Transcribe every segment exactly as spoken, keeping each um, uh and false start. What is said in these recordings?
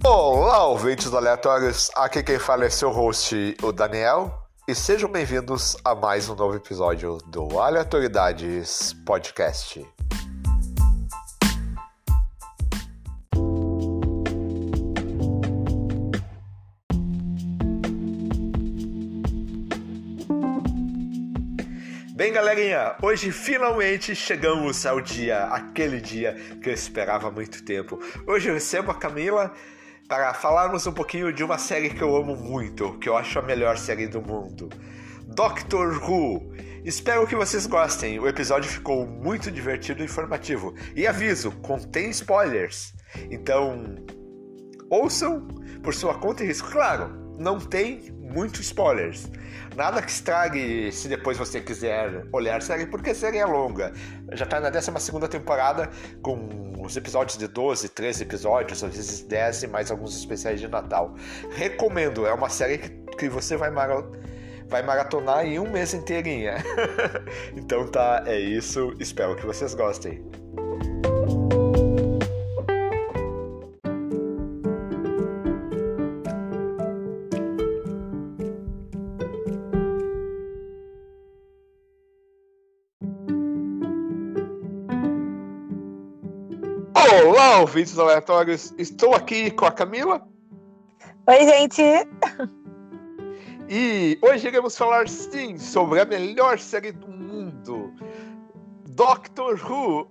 Olá, ouvintes aleatórios, aqui quem fala é seu host, o Daniel, e sejam bem-vindos a mais um novo episódio do Aleatoriedades Podcast. Bem, galerinha, hoje finalmente chegamos ao dia, aquele dia que eu esperava há muito tempo. Hoje eu recebo a Camila para falarmos um pouquinho de uma série que eu amo muito, que eu acho a melhor série do mundo, Doctor Who. Espero que vocês gostem, o episódio ficou muito divertido e informativo. E aviso, contém spoilers, então ouçam por sua conta e risco. Claro, não tem muitos spoilers. Nada que estrague se depois você quiser olhar a série, porque a série é longa. Já está na décima segunda temporada, com os episódios de doze, treze episódios, às vezes dez e mais alguns especiais de Natal. Recomendo, é uma série que, que você vai, mara, vai maratonar em um mês inteirinha. Então tá, é isso. Espero que vocês gostem. Olá, ouvintes aleatórios, estou aqui com a Camila. Oi, gente! E hoje iremos falar, sim, sobre a melhor série do mundo, Doctor Who.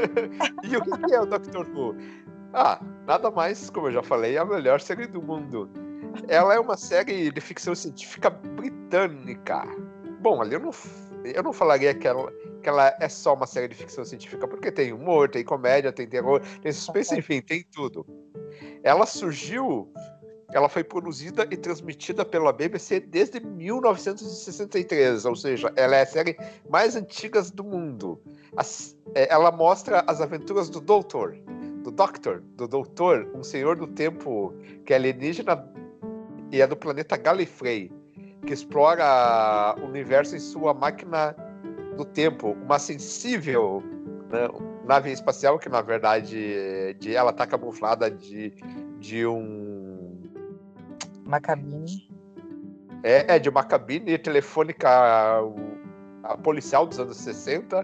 E o que é o Doctor Who? Ah, nada mais, como eu já falei, a melhor série do mundo. Ela é uma série de ficção científica britânica. Bom, ali eu não, eu não falaria que ela... que ela é só uma série de ficção científica, porque tem humor, tem comédia, tem terror, tem suspense, enfim, tem tudo. Ela surgiu, ela foi produzida e transmitida pela B B C desde mil novecentos e sessenta e três, ou seja, ela é a série mais antiga do mundo. As, ela mostra as aventuras do Doutor, do Doctor, do Doutor, um senhor do tempo que é alienígena e é do planeta Gallifrey, que explora o universo em sua máquina do tempo, uma sensível, né, nave espacial que na verdade de, ela está camuflada de, de um... uma cabine. É, é de uma cabine telefônica a, a policial dos anos sessenta,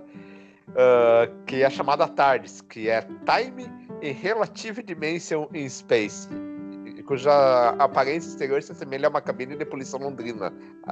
uh, que é chamada TARDIS, que é Time in Relative Dimension in Space, cuja aparência exterior se assemelha a uma cabine de polícia londrina,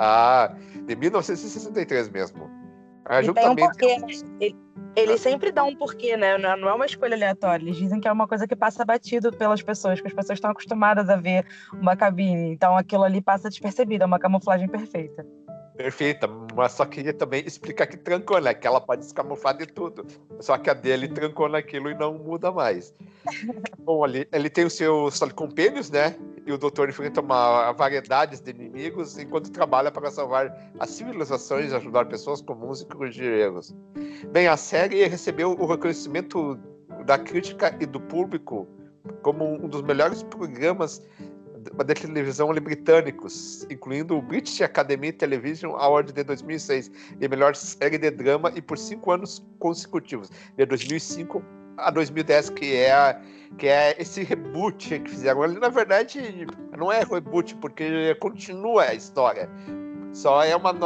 a, de mil novecentos e sessenta e três mesmo. Ah, e tem um porquê, né? Ele, eles sempre dão um porquê, né? Não é uma escolha aleatória. Eles dizem que é uma coisa que passa batido pelas pessoas, que as pessoas estão acostumadas a ver uma cabine. Então aquilo ali passa despercebido, é uma camuflagem perfeita. Perfeita, mas só queria também explicar que trancou, né? Que ela pode se camuflar de tudo. Só que a dele trancou naquilo e não muda mais. Bom, ele, ele tem os seus compênios, né? E o doutor enfrenta uma variedade de inimigos enquanto trabalha para salvar as civilizações e ajudar pessoas comuns e corrigir erros. Bem, a série recebeu o reconhecimento da crítica e do público como um dos melhores programas de televisão britânicos, incluindo o British Academy Television Award de dois mil e seis, de melhor série de drama, e por cinco anos consecutivos, de dois mil e cinco a dois mil e dez, que é, que é esse reboot que fizeram. Ele, na verdade, não é reboot, porque continua a história. Só é uma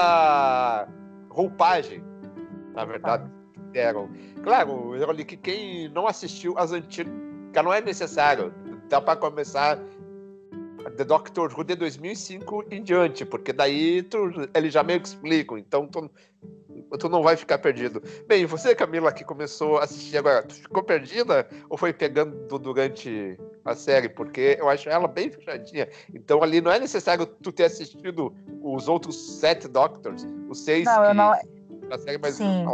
nova roupagem, na verdade, deram. Claro, eu li que quem não assistiu as antigas, não é necessário. Dá para começar The Doctor Who de dois mil e cinco em diante, porque daí tu, eles já meio que explicam, então tu, tu não vai ficar perdido. Bem, você, Camila, que começou a assistir agora, tu ficou perdida ou foi pegando durante a série? Porque eu acho ela bem fechadinha, então ali não é necessário tu ter assistido os outros sete Doctors, os seis não, que eu não... a série mais Sim.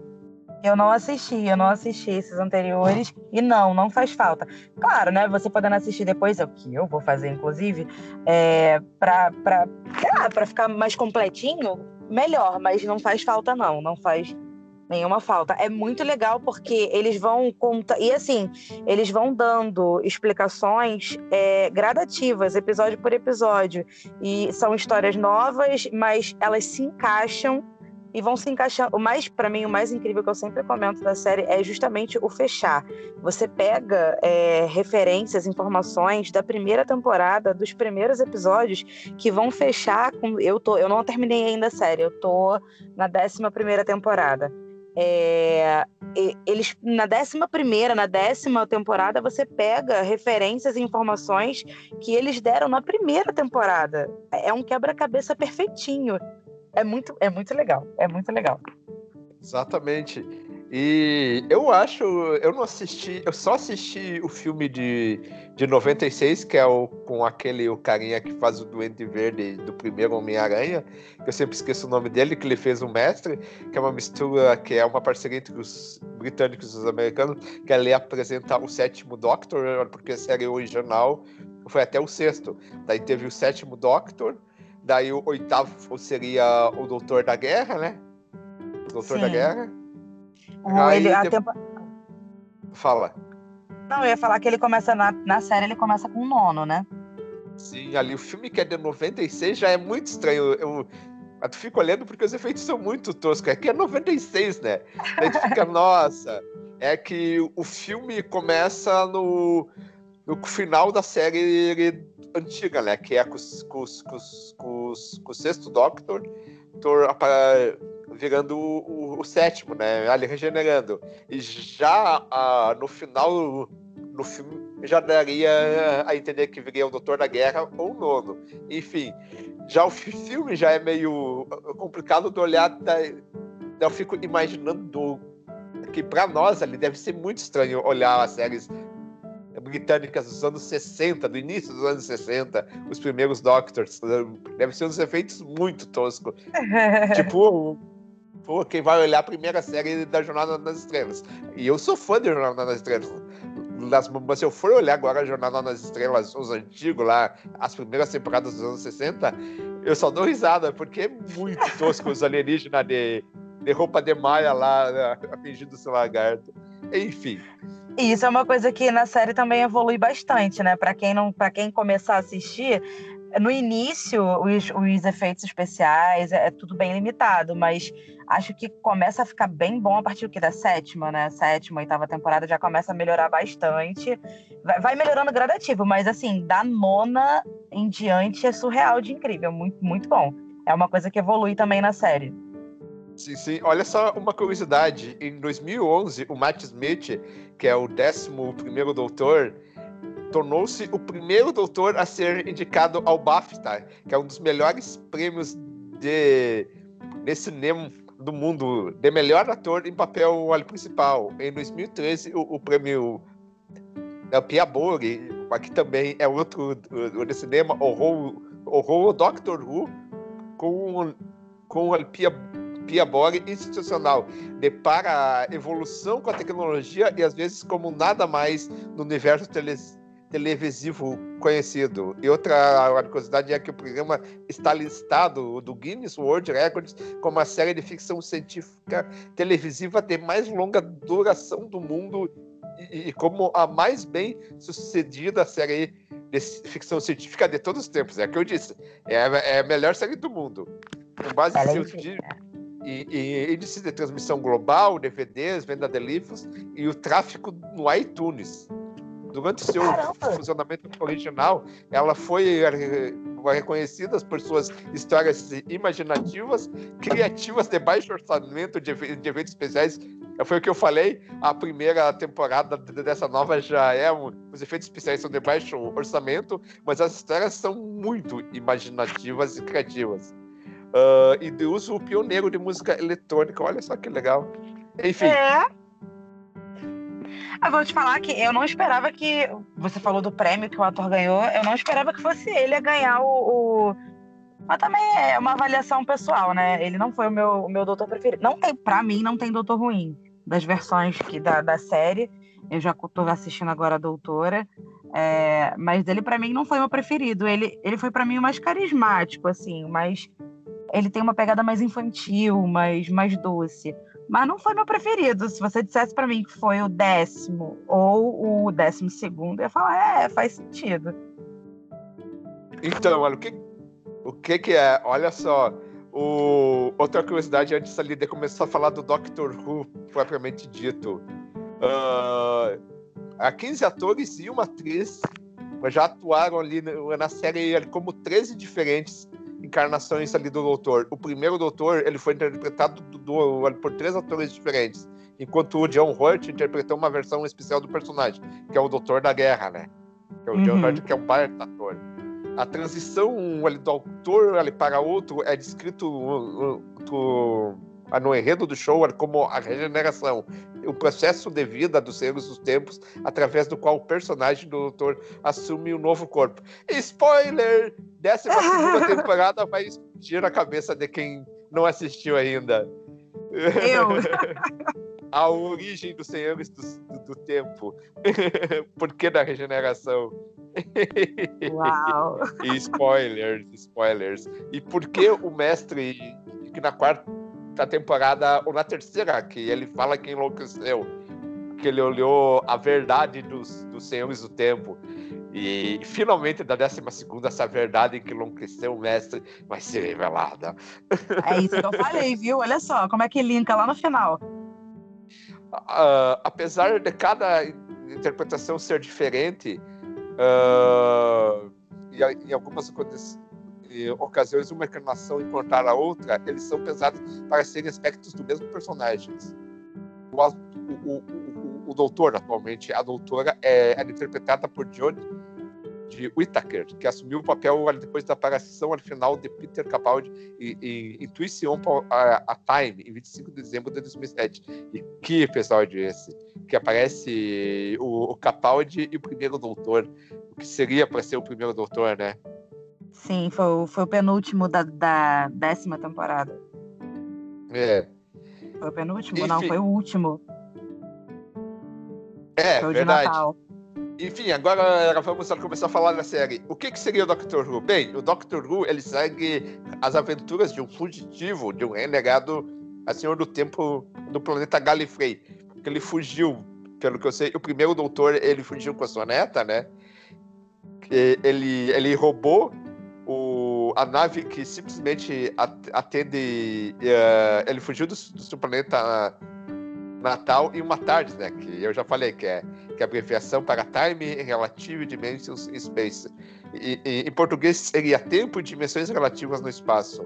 Eu não assisti, eu não assisti esses anteriores e não, não faz falta. Claro, né, você podendo assistir depois, é o que eu vou fazer, inclusive, é, pra, pra, sei lá, pra ficar mais completinho, melhor, mas não faz falta não, não faz nenhuma falta. É muito legal porque eles vão contar, e assim, eles vão dando explicações é, gradativas, episódio por episódio, e são histórias novas, mas elas se encaixam e vão se encaixando. O mais, para mim, o mais incrível que eu sempre comento da série é justamente o fechar. Você pega é, referências, informações da primeira temporada, dos primeiros episódios, que vão fechar com. Eu, tô, eu não terminei ainda a série, eu tô na décima primeira temporada. É, eles, na décima primeira, na décima temporada, você pega referências e informações que eles deram na primeira temporada. É um quebra-cabeça perfeitinho. É muito, é muito legal, é muito legal. Exatamente. E eu acho, eu não assisti, eu só assisti o filme de, de noventa e seis, que é o com aquele o carinha que faz o Duende Verde do primeiro Homem-Aranha, que eu sempre esqueço o nome dele, que ele fez o Mestre, que é uma mistura, que é uma parceria entre os britânicos e os americanos, que ele apresenta o sétimo Doctor, porque a série original foi até o sexto. Daí teve o sétimo Doctor, daí o oitavo seria o Doutor da Guerra, né? Doutor Sim. da Guerra. O, ele, a de... tempo... Fala. Não, eu ia falar que ele começa na, na série, ele começa com o nono, né? Sim, ali o filme que é de noventa e seis já é muito estranho. Eu, eu fico olhando porque os efeitos são muito toscos. É que é noventa e seis, né? Daí tu fica, nossa. É que o filme começa no, no final da série antiga, né? Que é com, com, com, com, com o sexto Doctor, virando o, o, o sétimo, né? Ali regenerando. E já a, no final, no filme, já daria a entender que viria o Doutor da Guerra ou o nono. Enfim, já o filme já é meio complicado de olhar. Da, eu fico imaginando que para nós ali deve ser muito estranho olhar as séries britânicas dos anos sessenta, do início dos anos sessenta, os primeiros Doctors. Deve ser uns efeitos muito toscos. Tipo, pô, quem vai olhar a primeira série da Jornada nas Estrelas. E eu sou fã de Jornada nas Estrelas. Mas se eu for olhar agora a Jornada nas Estrelas, os antigos lá, as primeiras temporadas dos anos sessenta, eu só dou risada, porque é muito tosco os alienígenas de, de roupa de malha lá, fingindo ser lagarto. Enfim. E isso é uma coisa que na série também evolui bastante, né? Para quem não, para quem começar a assistir, no início os, os efeitos especiais é, é tudo bem limitado, mas acho que começa a ficar bem bom a partir do que da sétima, né? Sétima, oitava temporada já começa a melhorar bastante. Vai, vai melhorando gradativo, mas assim, da nona em diante é surreal de incrível, muito, muito bom. É uma coisa que evolui também na série. Sim, sim. Olha só uma curiosidade. Em dois mil e onze, o Matt Smith, que é o décimo primeiro doutor, tornou-se o primeiro doutor a ser indicado ao BAFTA, que é um dos melhores prêmios de, de cinema do mundo, de melhor ator em papel principal. Em dois mil e treze, o, o prêmio é o Pia Bori, aqui também é outro o, o de cinema, honrou o Doctor Who com, com a Pia Pia Bori institucional, depara a evolução com a tecnologia e às vezes como nada mais no universo tele, televisivo conhecido. E outra curiosidade é que o programa está listado do Guinness World Records como a série de ficção científica televisiva de mais longa duração do mundo e, e como a mais bem sucedida série de ficção científica de todos os tempos. É o que eu disse, é, é a melhor série do mundo. Com base em seus dias. E, e índice de transmissão global, D V Ds, venda de livros e o tráfego no iTunes. Durante seu Caramba. funcionamento original, ela foi reconhecida por suas histórias imaginativas, criativas de baixo orçamento de, de eventos especiais. Foi o que eu falei, a primeira temporada dessa nova já é, os efeitos especiais são de baixo orçamento, mas as histórias são muito imaginativas e criativas. Uh, e de uso pioneiro de música eletrônica. Olha só que legal. Enfim. É. Eu vou te falar que eu não esperava que... Você falou do prêmio que o ator ganhou. Eu não esperava que fosse ele a ganhar o... o... Mas também é uma avaliação pessoal, né? Ele não foi o meu, o meu doutor preferido. Não tem, pra mim, não tem doutor ruim. Das versões que, da, da série. Eu já tô assistindo agora a doutora. É, mas ele, pra mim, não foi o meu preferido. Ele, ele foi, pra mim, o mais carismático, assim. O mais... Ele tem uma pegada mais infantil, mais, mais doce. Mas não foi meu preferido. Se você dissesse pra mim que foi o décimo ou o décimo segundo, eu ia falar, é, faz sentido. Então, mano, o que, o que que é? Olha só, o, outra curiosidade, antes ali de começar a falar do Doctor Who, propriamente dito. Uh, há quinze atores e uma atriz já atuaram ali na série como treze diferentes encarnações ali do Doutor. O primeiro Doutor, ele foi interpretado do, do, por três atores diferentes, enquanto o John Hurt interpretou uma versão especial do personagem, que é o Doutor da Guerra, né? Que é o uhum. John Hurt, que é um baita ator. A transição ali, do autor ali, para outro é descrito uh, uh, no enredo do show como a regeneração, o processo de vida dos Senhores dos Tempos, através do qual o personagem do Doutor assume um novo corpo. Spoiler! Décima segunda temporada vai explodir a cabeça de quem não assistiu ainda. Eu? A origem dos Senhores do, do, do Tempo. Por que da regeneração? Uau! E spoilers, spoilers. E por que o mestre, que na quarta temporada, ou na terceira, que ele fala que enlouqueceu, que ele olhou a verdade dos, dos Senhores do Tempo. E finalmente, da décima segunda, essa verdade que enlouqueceu o mestre vai ser revelada. É isso que eu falei, viu? Olha só, como é que linka lá no final. Uh, apesar de cada interpretação ser diferente, uh, e em algumas ocasiões uma encarnação encontrar a outra, eles são pensados para serem aspectos do mesmo personagem. O, o, o, o doutor, atualmente, a doutora é, é interpretada por Jodie de Whittaker, que assumiu o papel depois da aparição final de Peter Capaldi em Intuition a, a Time, em vinte e cinco de dezembro de dois mil e sete. E que episódio esse? Que aparece o, o Capaldi e o primeiro doutor, o que seria para ser o primeiro doutor, né? Sim, foi, foi o penúltimo da, da décima temporada. É. Foi o penúltimo? Enfim, não, foi o último. É, foi o verdade. De Natal. Enfim, agora vamos começar a falar da série. O que, que seria o Doctor Who? Bem, o Doctor Who, ele segue as aventuras de um fugitivo, de um renegado a Senhor do Tempo do planeta Gallifrey. Porque ele fugiu, pelo que eu sei, o primeiro doutor, ele fugiu com a sua neta, né? Ele, ele roubou o, a nave que simplesmente atende... Uh, ele fugiu do, do seu planeta Natal em uma tarde, né? Que eu já falei que é, que é a abreviação para Time, Relative, Dimensions e Space. E, e, em português seria Tempo e Dimensões Relativas no Espaço.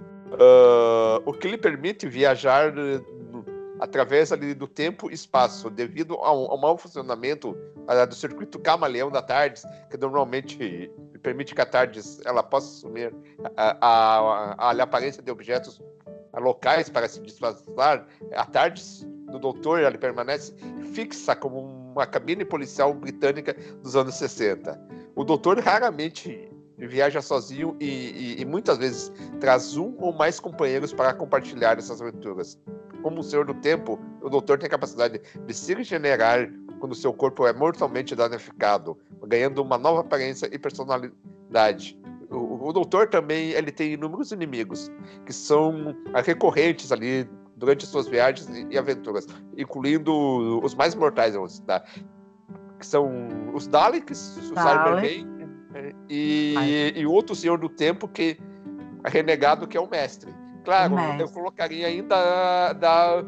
Uh, o que lhe permite viajar uh, através ali, do tempo e espaço, devido ao, ao mau funcionamento uh, do circuito camaleão da TARDIS, que normalmente permite que a TARDIS ela possa assumir a, a, a, a aparência de objetos locais para se disfarçar. A TARDIS do Doutor, ele permanece fixa como uma cabine policial britânica dos anos sessenta. O Doutor raramente viaja sozinho e, e, e muitas vezes traz um ou mais companheiros para compartilhar essas aventuras. Como o Senhor do Tempo, o Doutor tem a capacidade de se regenerar quando seu corpo é mortalmente danificado, ganhando uma nova aparência e personalidade. O, o Doutor também ele tem inúmeros inimigos, que são recorrentes ali durante suas viagens e aventuras, incluindo os mais mortais, tá? Que são os Daleks, os Cybermen e, e outro Senhor do Tempo que é renegado, que é o Mestre. Claro, o mestre. Eu colocaria ainda da,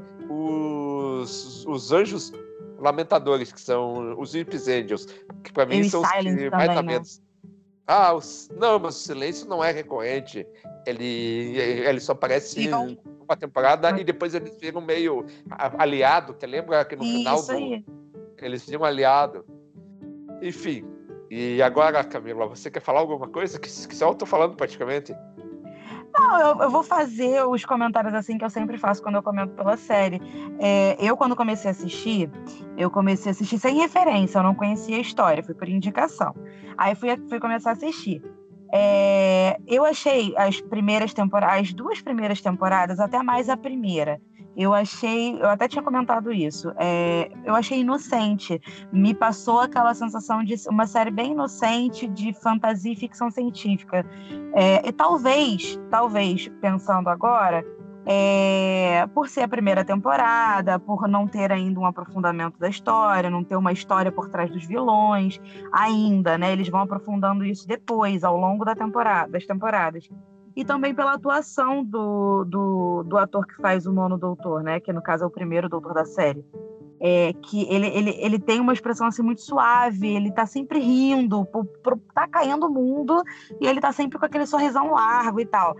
os, os Anjos Lamentadores, que são os Imps Angels, que para mim e são os que também, mais a né? menos. Ah, os, não, mas o silêncio não é recorrente. Ele, ele só aparece em uma temporada mas... e depois eles viram meio aliado. Te lembra que no Isso final do, aí. eles viram aliado? Enfim. E agora, Camila, você quer falar alguma coisa? Que, que só eu tô falando praticamente. Não, eu, eu vou fazer os comentários assim que eu sempre faço quando eu comento pela série. É, eu, quando comecei a assistir, eu comecei a assistir sem referência, eu não conhecia a história, fui por indicação. Aí fui, fui começar a assistir. É, eu achei as primeiras temporadas, as duas primeiras temporadas, até mais a primeira. Eu achei, eu até tinha comentado isso, é, eu achei inocente. Me passou aquela sensação de uma série bem inocente de fantasia e ficção científica. É, e talvez, talvez, pensando agora, é, por ser a primeira temporada, por não ter ainda um aprofundamento da história, não ter uma história por trás dos vilões ainda, né? Eles vão aprofundando isso depois, ao longo da temporada, das temporadas. e também pela atuação do, do, do ator que faz o nono doutor, né? Que no caso é o primeiro doutor da série. É, que ele, ele, ele tem uma expressão assim muito suave, ele tá sempre rindo, por, por, tá caindo o mundo, e ele tá sempre com aquele sorrisão largo e tal.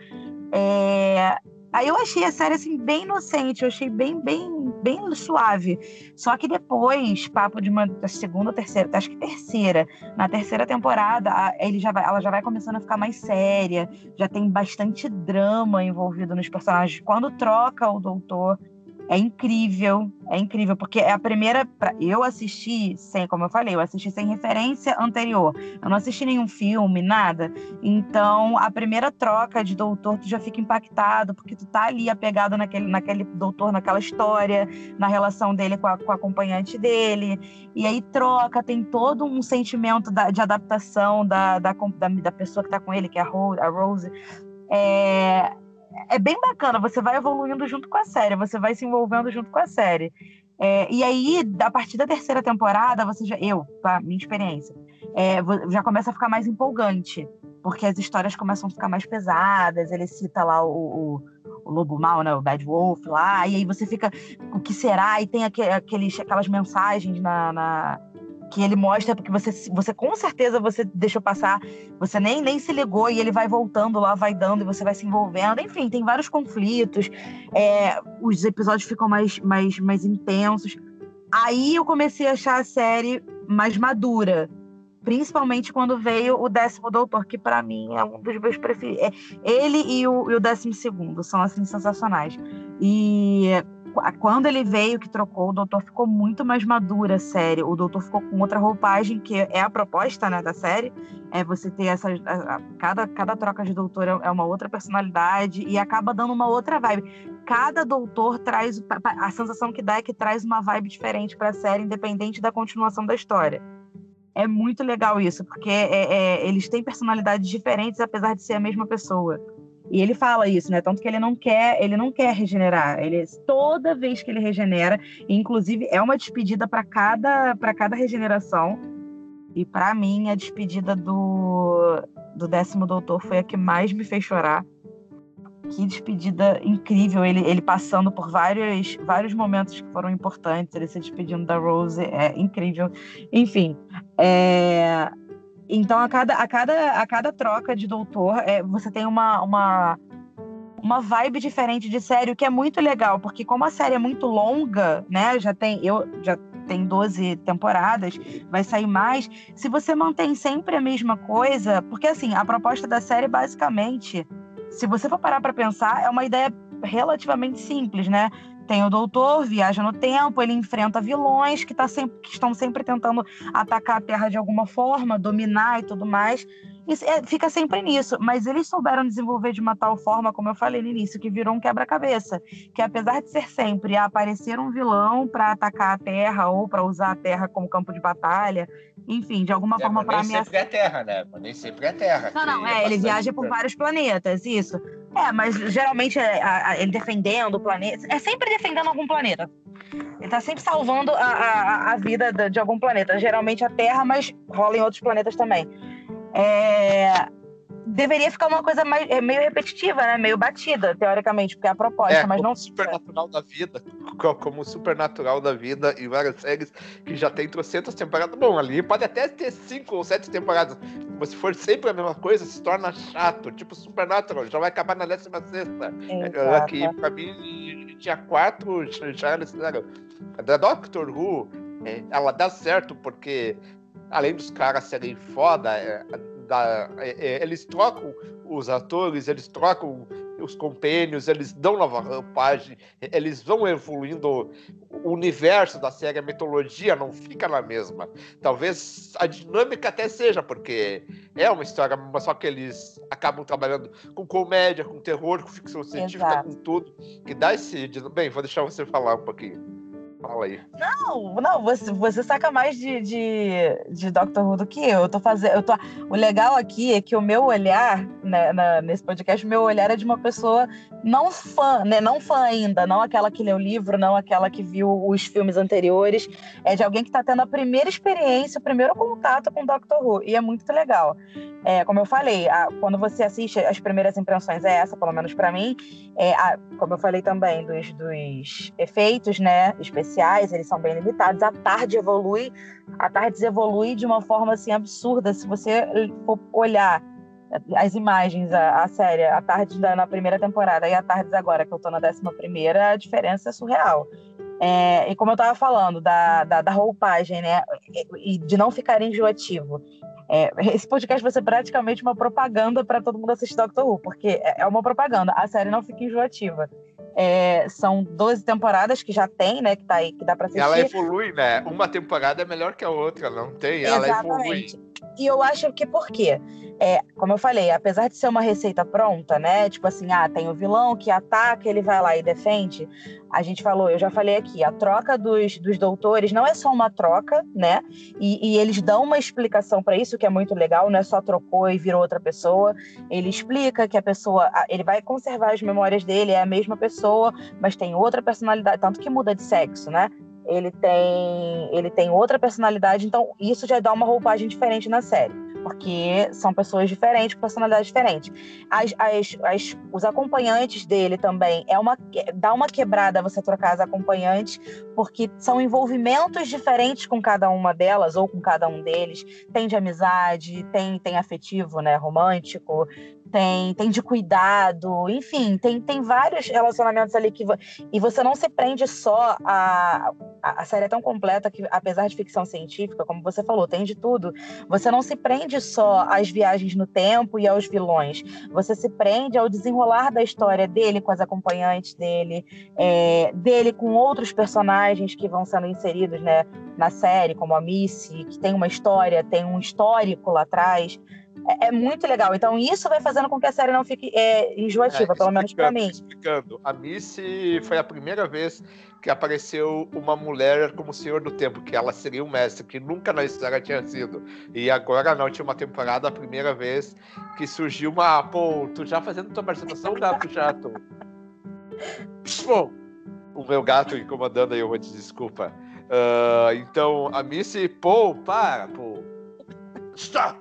É... Aí eu achei a série assim, bem inocente, eu achei bem, bem, bem suave. Só que depois, papo de uma segunda, terceira, acho que terceira, na terceira temporada, ele já vai, ela já vai começando a ficar mais séria, já tem bastante drama envolvido nos personagens. Quando troca o doutor, é incrível, é incrível, porque é a primeira. Pra, eu assisti sem, como eu falei, eu assisti sem referência anterior. Eu não assisti nenhum filme, nada. Então, a primeira troca de doutor, tu já fica impactado, porque tu tá ali apegado naquele, naquele doutor, naquela história, na relação dele com a, com a acompanhante dele. E aí troca, tem todo um sentimento da, de adaptação da, da, da, da pessoa que tá com ele, que é a Rose. A Rose. É. É bem bacana, você vai evoluindo junto com a série, você vai se envolvendo junto com a série. É, e aí, a partir da terceira temporada, você já, eu, tá, minha experiência, é, já começa a ficar mais empolgante, porque as histórias começam a ficar mais pesadas, ele cita lá o, o, o Lobo Mau, né, o Bad Wolf lá, e aí você fica, o que será? E tem aqueles, aquelas mensagens na... na que ele mostra, porque você, você com certeza você deixou passar, você nem, nem se ligou, e ele vai voltando lá, vai dando, e você vai se envolvendo, enfim, tem vários conflitos, é, os episódios ficam mais, mais, mais intensos. Aí eu comecei a achar a série mais madura, principalmente quando veio o Décimo Doutor, que pra mim é um dos meus preferidos. É, ele e o, e o Décimo Segundo são, assim, sensacionais. E quando ele veio, que trocou, o Doutor ficou muito mais madura, a série. O Doutor ficou com outra roupagem, que é a proposta, né, da série. É você ter essa... A, a, cada, cada troca de Doutor é uma outra personalidade e acaba dando uma outra vibe. Cada Doutor traz... A sensação que dá é que traz uma vibe diferente pra série, independente da continuação da história. É muito legal isso, porque é, é, eles têm personalidades diferentes, apesar de ser a mesma pessoa. E ele fala isso, né? Tanto que ele não quer, ele não quer regenerar. Ele, toda vez que ele regenera, inclusive é uma despedida para cada, para cada regeneração. E para mim, a despedida do, do Décimo Doutor foi a que mais me fez chorar. Que despedida incrível, ele, ele passando por vários, vários momentos que foram importantes, ele se despedindo da Rose, é incrível. Enfim, é... então a cada, a, cada, a cada troca de doutor, é, você tem uma, uma, uma vibe diferente de série, o que é muito legal, porque como a série é muito longa, né, já tem, eu, já tem doze temporadas, vai sair mais, se você mantém sempre a mesma coisa, porque assim, a proposta da série basicamente... Se você for parar para pensar, é uma ideia relativamente simples, né? Tem o doutor, viaja no tempo, ele enfrenta vilões que, tá sempre, que estão sempre tentando atacar a Terra de alguma forma, dominar e tudo mais. Isso é, fica sempre nisso. Mas eles souberam desenvolver de uma tal forma, como eu falei no início, que virou um quebra-cabeça. Que apesar de ser sempre aparecer um vilão para atacar a Terra ou para usar a Terra como campo de batalha, enfim, de alguma é, forma para ameaçar... Nem sempre é a Terra, né? Mas nem sempre é a Terra. Não, não, é, ele viaja por vários planetas, isso. É, mas geralmente é, a, a, ele defendendo o planeta. É sempre defendendo algum planeta. Ele tá sempre salvando a, a, a vida de, de algum planeta. Geralmente a Terra, mas rola em outros planetas também. É... Deveria ficar uma coisa mais, meio repetitiva, né? Meio batida, teoricamente, porque é a proposta, é, mas como não... Supernatural da vida, como Supernatural da vida e várias séries que já tem trocentas temporadas. Bom, ali pode até ter cinco ou sete temporadas, mas se for sempre a mesma coisa, se torna chato. Tipo Supernatural, já vai acabar na décima sexta. Aqui, pra mim, tinha quatro, já eles fizeram. Da Doctor Who, ela dá certo porque, além dos caras serem foda, é, Da, é, eles trocam os atores, eles trocam os compênios, eles dão nova roupagem, eles vão evoluindo o universo da série, a mitologia não fica na mesma. Talvez a dinâmica até seja, porque é uma história, mas só que eles acabam trabalhando com comédia, com terror, com ficção científica, Exato. Com tudo, que dá esse... Bem, vou deixar você falar um pouquinho. Fala aí. Não, não, você, você saca mais de, de, de Doctor Who do que eu. Eu tô fazendo. Eu tô... O legal aqui é que o meu olhar, né, na, nesse podcast, o meu olhar é de uma pessoa não fã, né? Não fã ainda, não aquela que leu o livro, não aquela que viu os filmes anteriores. É de alguém que tá tendo a primeira experiência, o primeiro contato com Doctor Who. E é muito legal. É, como eu falei, a, quando você assiste, as primeiras impressões é essa, pelo menos para mim. É, a, como eu falei também dos, dos efeitos, né, especiais, eles são bem limitados. A tarde evolui, a tarde evolui de uma forma assim absurda. Se você for olhar as imagens, a, a série, a tarde da, na primeira temporada e a tarde agora, que eu tô na décima primeira, a diferença é surreal. É, e como eu estava falando da, da, da roupagem, né, e de não ficar enjoativo. É, esse podcast vai ser praticamente uma propaganda para todo mundo assistir Doctor Who, porque é uma propaganda, a série não fica enjoativa. É, são doze temporadas que já tem, né, que tá aí, que dá para assistir. Ela evolui, né? Uma temporada é melhor que a outra, não tem? Ela Exatamente. evolui. E eu acho que por quê? É, como eu falei, apesar de ser uma receita pronta, né? Tipo assim, ah, tem o vilão que ataca, ele vai lá e defende. A gente falou, eu já falei aqui, a troca dos, dos doutores não é só uma troca, né? E, e eles dão uma explicação para isso, que é muito legal, não é só trocou e virou outra pessoa. Ele explica que a pessoa, ele vai conservar as memórias dele, é a mesma pessoa, mas tem outra personalidade, tanto que muda de sexo, né? Ele tem, ele tem outra personalidade, então isso já dá uma roupagem diferente na série, porque são pessoas diferentes, com personalidades diferentes. As, as, as, os acompanhantes dele também, é uma, dá uma quebrada você trocar as acompanhantes, porque são envolvimentos diferentes com cada uma delas, ou com cada um deles. Tem de amizade, tem, tem afetivo, né, romântico, tem, tem de cuidado, enfim, tem, tem vários relacionamentos ali que... E você não se prende só a... A série é tão completa que, apesar de ficção científica, como você falou, tem de tudo. Você não se prende só às viagens no tempo e aos vilões. Você se prende ao desenrolar da história dele com as acompanhantes dele, é, dele com outros personagens que vão sendo inseridos, né, na série, como a Missy, que tem uma história, tem um histórico lá atrás. É, é muito legal. Então, isso vai fazendo com que a série não fique é, enjoativa, é, pelo menos para mim. Explicando, a Missy foi a primeira vez que apareceu uma mulher como Senhor do Tempo, que ela seria um mestre, que nunca na história tinha sido. E agora, na última temporada, a primeira vez que surgiu uma... Pô, tu já fazendo tua apresentação, gato chato? Pô, o meu gato incomodando aí, eu vou te desculpa. Uh, então, a Missy... Pô, para, pô. Stop!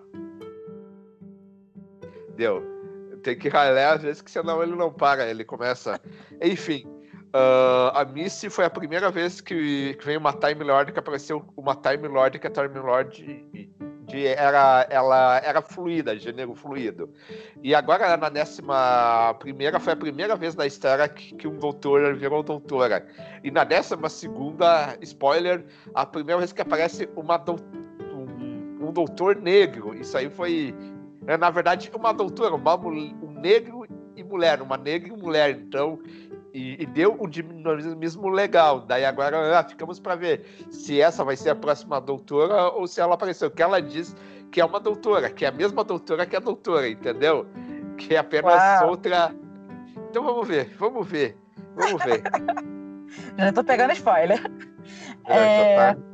Deu. Tem que ralar às vezes, que senão ele não para, ele começa... Enfim, uh, a Missy foi a primeira vez que, que veio uma Time Lord, que apareceu uma Time Lord, que a Time Lord de, de, era, ela era fluida, gênero fluido. E agora, na décima primeira, foi a primeira vez na história que, que um doutor virou doutora. E na décima segunda, spoiler, a primeira vez que aparece uma do, um, um doutor negro. Isso aí foi... É, na verdade, uma doutora, uma, um negro e mulher, uma negra e mulher, então, e, e deu um dinamismo legal. Daí agora ah, ficamos para ver se essa vai ser a próxima doutora ou se ela apareceu, que ela diz que é uma doutora, que é a mesma doutora que a doutora, entendeu? Que é apenas Uau. outra... Então vamos ver, vamos ver, vamos ver. Já tô pegando spoiler. É, é... Já tá...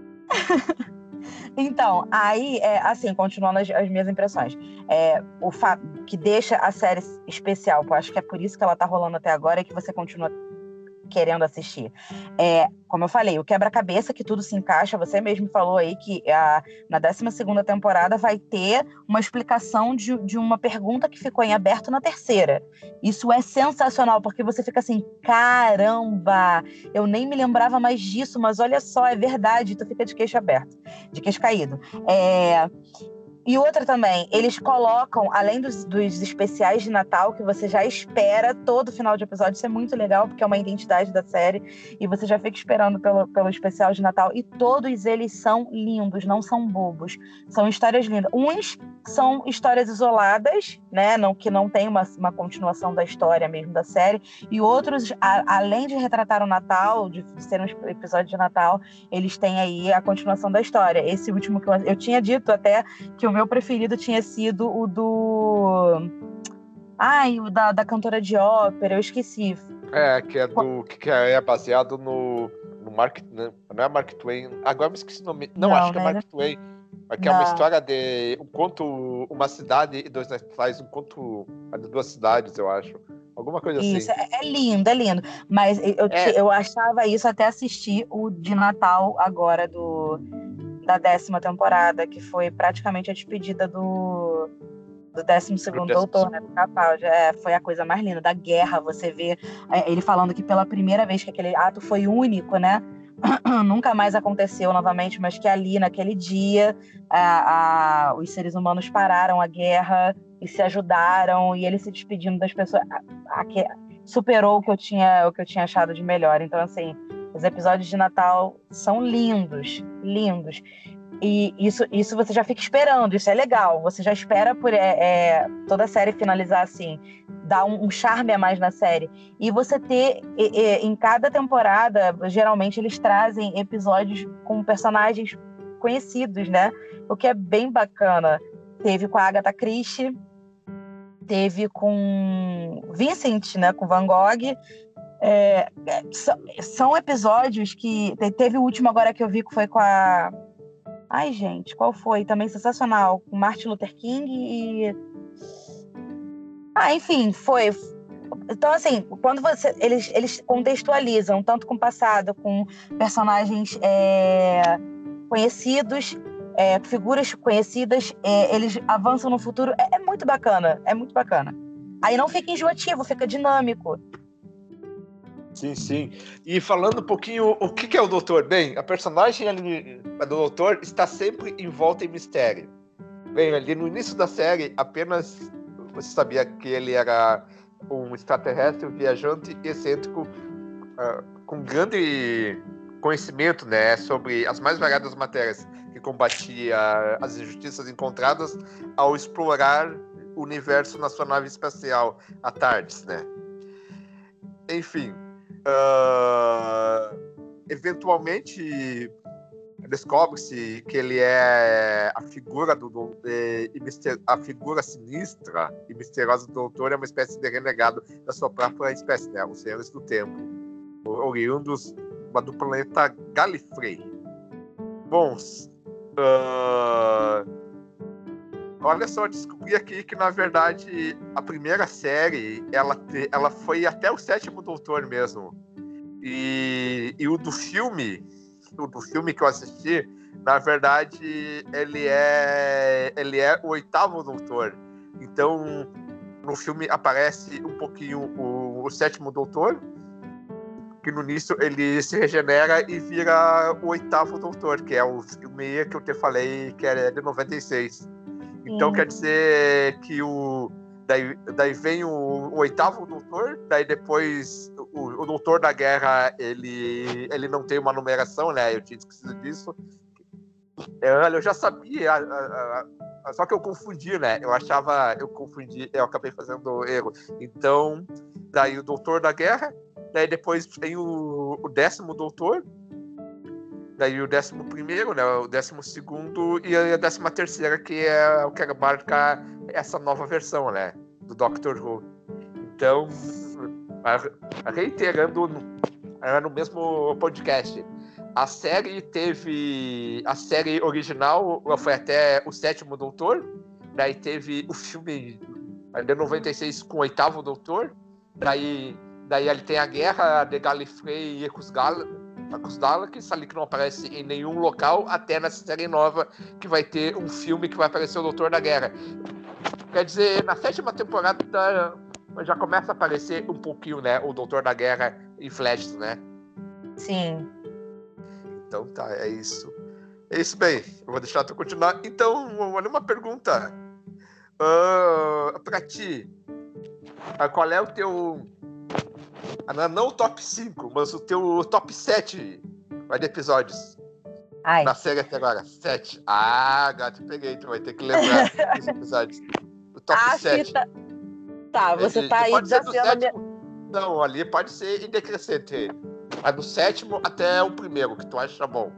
Então, aí, é, assim, continuando as, as minhas impressões, é, o fato que deixa a série especial, eu acho que é por isso que ela tá rolando até agora e que você continua querendo assistir. É, como eu falei, o quebra-cabeça que tudo se encaixa, você mesmo falou aí que a, na décima segunda temporada vai ter uma explicação de, de uma pergunta que ficou em aberto na terceira. Isso é sensacional, porque você fica assim, caramba, eu nem me lembrava mais disso, mas olha só, é verdade, tu fica de queixo aberto, de queixo caído. É... E outra também, eles colocam, além dos, dos especiais de Natal, que você já espera todo final de episódio, isso é muito legal, porque é uma identidade da série, e você já fica esperando pelo, pelo especial de Natal, e todos eles são lindos, não são bobos, são histórias lindas. Uns são histórias isoladas, né, não, que não tem uma, uma continuação da história mesmo da série, e outros, a, além de retratar o Natal, de, de ser um episódio de Natal, eles têm aí a continuação da história. Esse último que eu, eu tinha dito até que o meu preferido tinha sido o do... Ai, o da, da cantora de ópera, eu esqueci. É, que é do que é baseado no, do Mark, não, não é Mark Twain, agora me esqueci o nome, não, Não, acho que é né? Mark Twain, que é uma Não. história de um conto, uma cidade e dois natais, um conto de duas cidades, eu acho, alguma coisa Isso, assim. é, é lindo, é lindo. Mas eu, É, ti- eu achava isso até assistir o de Natal agora do, da décima temporada, que foi praticamente a despedida do, do décimo do segundo décimo doutor, né, do Capaldi. É, foi a coisa mais linda, da guerra, você vê é, ele falando que pela primeira vez que aquele ato foi único, né? Nunca mais aconteceu novamente, mas que ali, naquele dia, a, a, os seres humanos pararam a guerra e se ajudaram, e ele se despedindo das pessoas, a, a, que superou o que eu tinha, o que eu tinha achado de melhor. Então, assim, os episódios de Natal são lindos, lindos. E isso, isso você já fica esperando, isso é legal. Você já espera por é, é, toda a série finalizar assim, dar um, um charme a mais na série. E você ter, e, e, em cada temporada, geralmente eles trazem episódios com personagens conhecidos, né? O que é bem bacana. Teve com a Agatha Christie, teve com Vincent, né? Com Van Gogh. É, são, são episódios que... Teve o último agora que eu vi que foi com a... Ai, gente, qual foi? Também sensacional. Com Martin Luther King e... Ah, enfim, foi. Então, assim, quando você... Eles, eles contextualizam, tanto com o passado, com personagens é, conhecidos, é, figuras conhecidas, é, eles avançam no futuro. É, é muito bacana, é muito bacana. Aí não fica enjoativo, fica dinâmico. sim, sim. E falando um pouquinho, o que, que é o Doutor? Bem, a personagem ali, a do Doutor está sempre envolta em mistério. Bem, ali no início da série, apenas você sabia que ele era um extraterrestre, um viajante excêntrico, uh, com grande conhecimento, né, sobre as mais variadas matérias, que combatia as injustiças encontradas ao explorar o universo na sua nave espacial, a TARDIS, né? Enfim, uh, eventualmente descobre-se que ele é a figura do, do e, e mister, a figura sinistra e misteriosa do Doutor, é uma espécie de renegado da sua própria espécie, né? Os Senhores do Tempo, oriundos do planeta Gallifrey. Bom, uh, olha só, descobri aqui que na verdade a primeira série ela, te, ela foi até o sétimo Doutor mesmo, e, e o do filme do filme que eu assisti, na verdade, ele é, ele é o oitavo Doutor. Então, no filme aparece um pouquinho o, o sétimo Doutor, que no início ele se regenera e vira o oitavo Doutor, que é o filme que eu te falei, que é de noventa e seis. Então, Sim. quer dizer que o... Daí, daí vem o, o oitavo Doutor, daí depois o, o Doutor da Guerra, ele, ele não tem uma numeração, né? Eu tinha esquecido disso. Eu, eu já sabia, a, a, a, só que eu confundi, né? Eu achava, eu confundi, eu acabei fazendo erro. Então, daí o Doutor da Guerra, daí depois tem o, o décimo Doutor, daí o décimo primeiro, né? O décimo segundo e a décima terceira, que é o que marca essa nova versão, né? Do Doctor Who. Então, reiterando no, no mesmo podcast, a série teve... A série original foi até o sétimo Doutor, daí teve o filme de noventa e seis com o oitavo Doutor, daí, daí ele tem a Guerra de Gallifrey e com os Daleks, ali que não aparece em nenhum local, até nessa série nova que vai ter um filme que vai aparecer o Doutor da Guerra. Quer dizer, na sétima temporada já começa a aparecer um pouquinho, né, o Doutor da Guerra em flashes, né? Sim. Então tá, é isso. É isso, bem. Eu vou deixar tu continuar. Então, olha uma pergunta. Uh, pra ti, uh, qual é o teu... Uh, não o top cinco, mas o teu top sete de episódios? Ai. Na série até agora. sete. Ah, gato, peguei. Tu vai ter que lembrar dos episódios. O top Acho sete. que tá... Tá, você é de, tá aí pode desafiando ser a minha... Não, ali pode ser em decrescente. Mas do sétimo até o primeiro, que tu acha bom.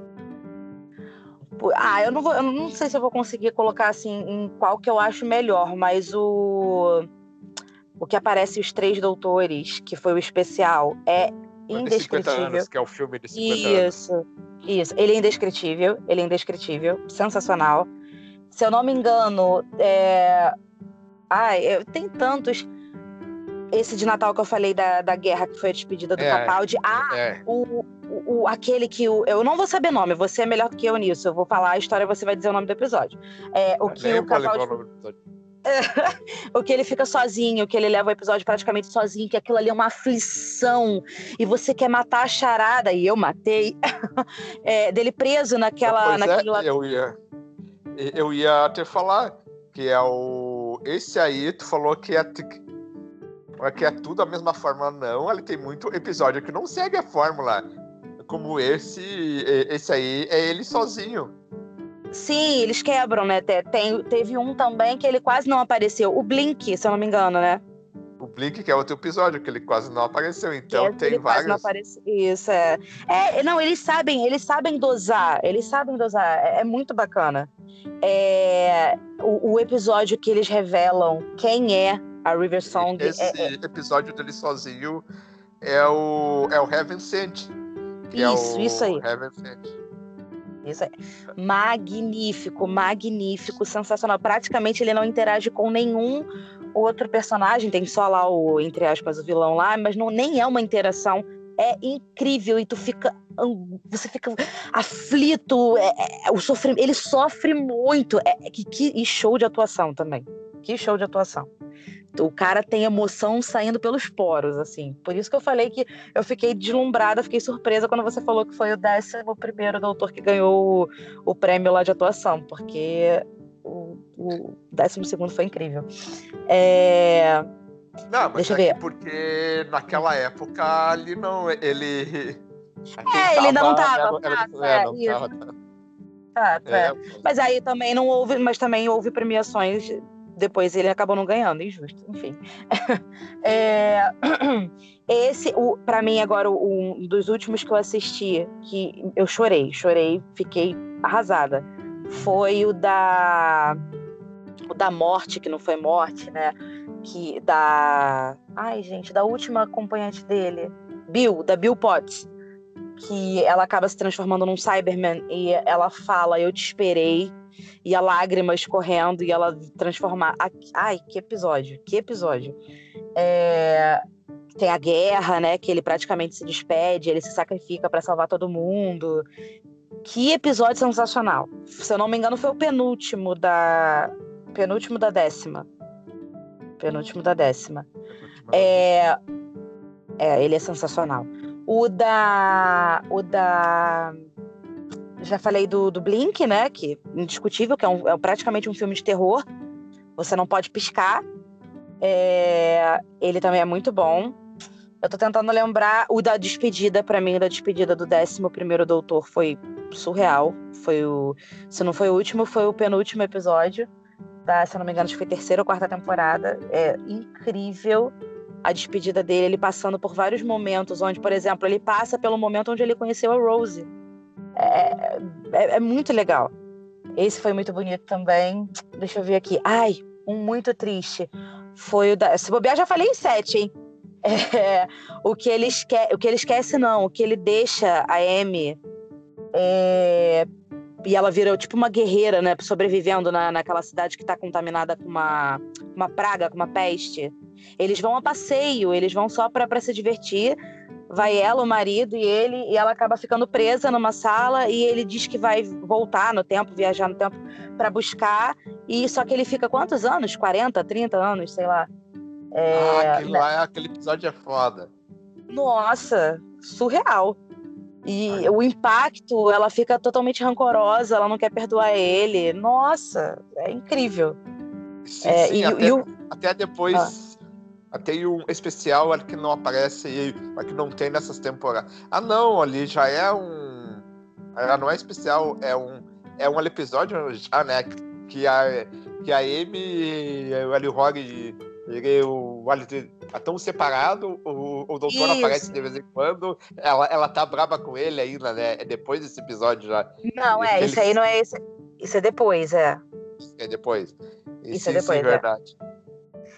Ah, eu não vou, eu não sei se eu vou conseguir colocar assim em qual que eu acho melhor, mas o o que aparece os três doutores, que foi o especial, é De cinquenta indescritível. anos, que é o filme de cinquenta anos. Isso, isso. Ele é indescritível, ele é indescritível, sensacional. Se eu não me engano, é... Ai, eu... tem tantos. Esse de Natal que eu falei da, da guerra, que foi a despedida do É, Capaldi. Ah, é. o, o, o, aquele que... O... Eu não vou saber nome, você é melhor do que eu nisso. Eu vou falar a história, você vai dizer o nome do episódio. É, o que Nem o vou lembrar Capaldi... o nome do episódio. O que ele fica sozinho, que ele leva o episódio praticamente sozinho, que aquilo ali é uma aflição, e você quer matar a charada, e eu matei, é, dele preso naquela... Pois naquele... é, eu ia, eu ia até falar que é o... Esse aí, tu falou que é, que é tudo a mesma fórmula. Não, ele tem muito episódio que não segue a fórmula. Como esse, esse aí é ele sozinho. Sim, eles quebram, né? Tem, teve um também que ele quase não apareceu. O Blink, se eu não me engano, né? O Blink, que é outro episódio, que ele quase não apareceu. Então Que é, tem ele quase não vários. apareceu. Isso, é. É, não, eles sabem, eles sabem dosar. Eles sabem dosar. É, é muito bacana. É, o, o episódio que eles revelam quem é a River Song. Esse é, é... episódio dele sozinho é o, é o Heaven Sent. Que Isso, é o isso aí. Heaven Sent. Isso aí. Magnífico, magnífico, sensacional. Praticamente ele não interage com nenhum outro personagem, tem só lá o, entre aspas, o vilão lá, mas não, nem é uma interação. É incrível e tu fica, você fica aflito, é, é, o sofre, ele sofre muito. É, que, que, e show de atuação também. Que show de atuação. O cara tem emoção saindo pelos poros, assim. Por isso que eu falei que eu fiquei deslumbrada, fiquei surpresa quando você falou que foi o décimo primeiro doutor que ganhou o, o prêmio lá de atuação, porque o, o décimo segundo foi incrível. É... Não, mas Deixa eu é ver. que porque naquela época ali não, ele... Quem É, ele ainda não tava, tava. era, Fato, era, é, é, não isso. tava. Fato, É, é. Mas aí também não houve, mas também houve premiações, depois ele acabou não ganhando, injusto, enfim. É... Esse, o, pra mim, agora, um dos últimos que eu assisti, que eu chorei, chorei, fiquei arrasada, foi o da o da morte, que não foi morte, né? Que da... Ai, gente, da última acompanhante dele, Bill, da Bill Potts, que ela acaba se transformando num Cyberman e ela fala, eu te esperei, e a lágrima escorrendo e ela transformar... Ai, que episódio, que episódio. É... Tem a guerra, né? Que ele praticamente se despede, ele se sacrifica para salvar todo mundo. Que episódio sensacional. Se eu não me engano, foi o penúltimo da... Penúltimo da décima. Penúltimo da décima. É... é, ele é sensacional. O da... O da... Já falei do, do Blink, né? Que indiscutível, que é, um, é praticamente um filme de terror. Você não pode piscar. É... Ele também é muito bom. Eu tô tentando lembrar o da despedida, pra mim, o da despedida do décimo primeiro doutor foi surreal. Foi o... Se não foi o último, foi o penúltimo episódio. Da, se eu não me engano, acho que foi terceira ou quarta temporada. É incrível a despedida dele, ele passando por vários momentos, onde, por exemplo, ele passa pelo momento onde ele conheceu a Rose. É, é, é muito legal. Esse foi muito bonito também. Deixa eu ver aqui. Ai, um muito triste. Foi o da... Se bobear, já falei em sete, hein? É, o, que ele esque... o que ele esquece, não. O que ele deixa a Amy... É... E ela vira tipo uma guerreira, né? Sobrevivendo na, naquela cidade que está contaminada com uma, uma praga, com uma peste. Eles vão a passeio, eles vão só para se divertir. Vai ela, o marido e ele, e ela acaba ficando presa numa sala e ele diz que vai voltar no tempo, viajar no tempo para buscar. E só que ele fica quantos anos? quarenta, trinta anos, sei lá. É... É... Ah, aquele, lá, aquele episódio é foda. Nossa, surreal. E Ai. o impacto, ela fica totalmente rancorosa, ela não quer perdoar ele. Nossa, é incrível. Sim, É, sim, e, até, e o... até depois ah. tem um especial ali que não aparece, que não tem nessas temporadas. Ah, não, ali já é um... Já não é especial, é um, é um episódio já, né, que a, que a Amy, o Ali Rory e o Ali estão separados, o, o doutor Isso. aparece de vez em quando, ela, ela tá braba com ele ainda, né, é depois desse episódio já. Não, é, isso ele... aí não é esse, isso é depois, é. É depois. E Isso sim, é depois, sim, verdade. é.